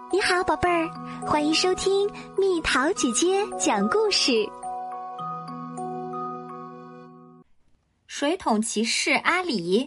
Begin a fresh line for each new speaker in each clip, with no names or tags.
你好，宝贝儿，欢迎收听蜜桃姐姐讲故事。
水桶骑士阿里。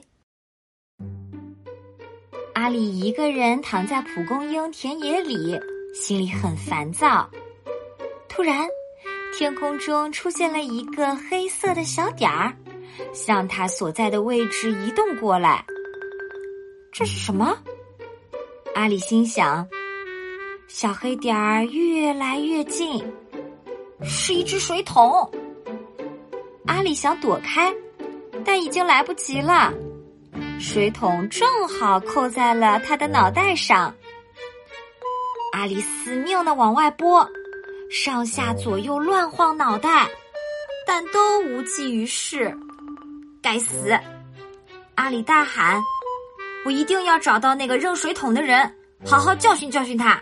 阿里一个人躺在蒲公英田野里，心里很烦躁。突然，天空中出现了一个黑色的小点儿，向他所在的位置移动过来。这是什么？阿里心想，小黑点儿越来越近，是一只水桶。阿里想躲开，但已经来不及了。水桶正好扣在了他的脑袋上。阿里死命地往外拨，上下左右乱晃脑袋，但都无济于事。该死！阿里大喊，我一定要找到那个扔水桶的人，好好教训教训他。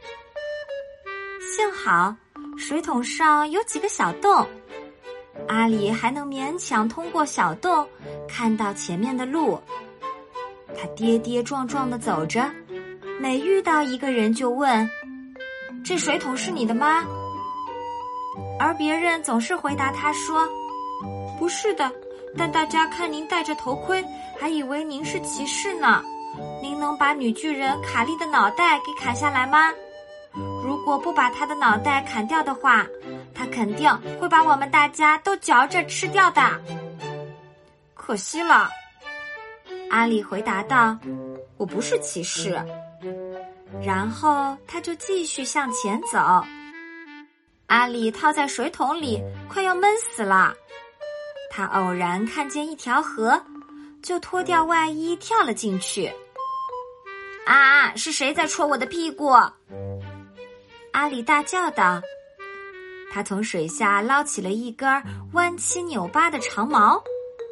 幸好水桶上有几个小洞，阿里还能勉强通过小洞看到前面的路。他跌跌撞撞地走着，每遇到一个人就问，这水桶是你的吗？而别人总是回答他说，不是的，但大家看您戴着头盔，还以为您是骑士呢。您能把女巨人卡莉的脑袋给砍下来吗？如果不把她的脑袋砍掉的话，她肯定会把我们大家都嚼着吃掉的。可惜了，阿里回答道，我不是骑士。然后他就继续向前走。阿里套在水桶里，快要闷死了。他偶然看见一条河，就脱掉外衣跳了进去。啊！是谁在戳我的屁股？阿里大叫道。他从水下捞起了一根弯七扭八的长矛。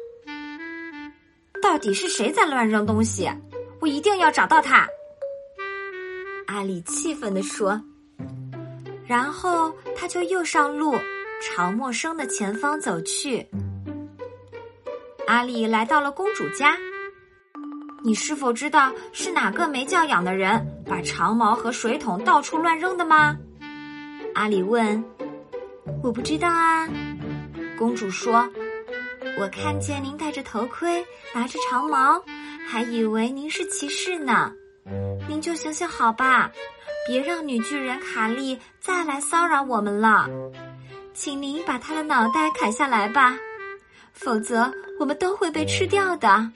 到底是谁在乱扔东西？我一定要找到他！阿里气愤地说。然后他就又上路，朝陌生的前方走去。阿里来到了公主家。你是否知道是哪个没教养的人把长矛和水桶到处乱扔的吗？阿里问。我不知道啊。公主说，我看见您戴着头盔，拿着长矛，还以为您是骑士呢。您就行行好吧，别让女巨人卡莉再来骚扰我们了。请您把她的脑袋砍下来吧，否则我们都会被吃掉的。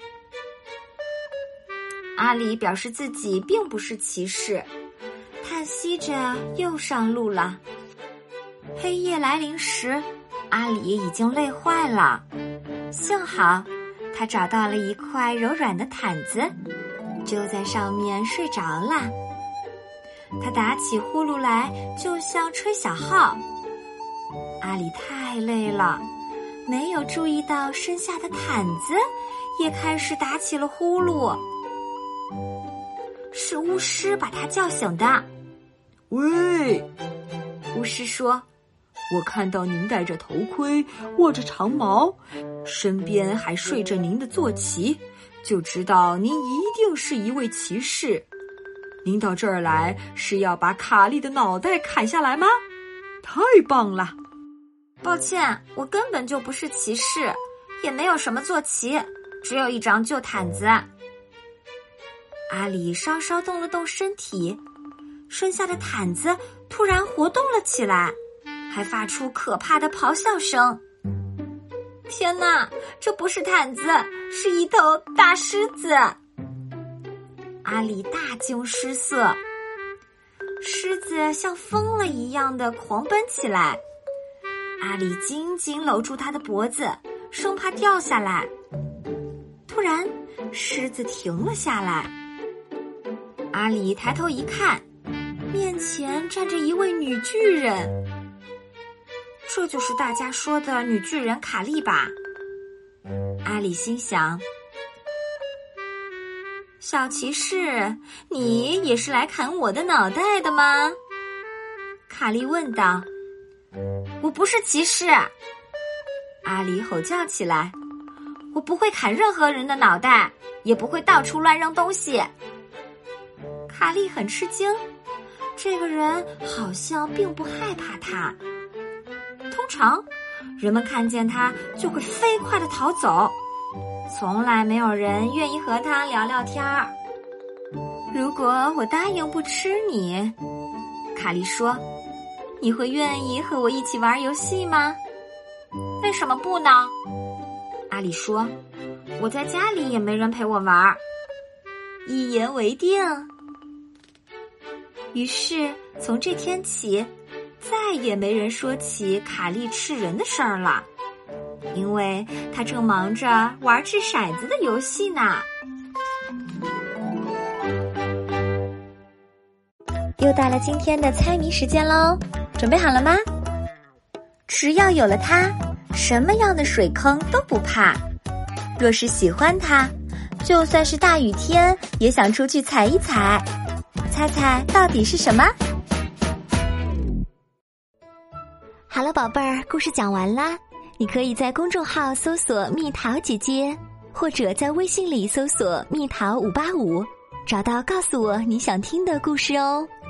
阿里表示自己并不是骑士，叹息着又上路了。黑夜来临时，阿里已经累坏了。幸好他找到了一块柔软的毯子，就在上面睡着了。他打起呼噜来就像吹小号。阿里太累了，没有注意到身下的毯子也开始打起了呼噜。是巫师把他叫醒的。
喂，
巫师说，
我看到您戴着头盔，握着长矛，身边还睡着您的坐骑，就知道您一定是一位骑士。您到这儿来是要把卡莉的脑袋砍下来吗？太棒了！
抱歉，我根本就不是骑士，也没有什么坐骑，只有一张旧毯子。阿里稍稍动了动身体，身下的毯子突然活动了起来，还发出可怕的咆哮声。天哪，这不是毯子，是一头大狮子！阿里大惊失色。狮子像疯了一样的狂奔起来，阿里紧紧搂住它的脖子，生怕掉下来。突然，狮子停了下来。阿里抬头一看，面前站着一位女巨人。这就是大家说的女巨人卡莉吧？阿里心想。小骑士，你也是来砍我的脑袋的吗？卡莉问道。我不是骑士！阿里吼叫起来。我不会砍任何人的脑袋，也不会到处乱扔东西。卡莉很吃惊， 这个人好像并不害怕他。通常，人们看见他就会飞快地逃走，从来没有人愿意和他聊聊天儿。如果我答应不吃你，卡莉说，你会愿意和我一起玩游戏吗？为什么不呢？阿里说，我在家里也没人陪我玩。一言为定。于是从这天起，再也没人说起卡莉吃人的事儿了，因为他正忙着玩掷骰子的游戏呢。
又到了今天的猜谜时间喽，准备好了吗？只要有了它，什么样的水坑都不怕。若是喜欢它，就算是大雨天也想出去踩一踩。猜猜到底是什么？好了，宝贝儿，故事讲完啦。你可以在公众号搜索蜜桃姐姐，或者在微信里搜索蜜桃585，找到告诉我你想听的故事哦。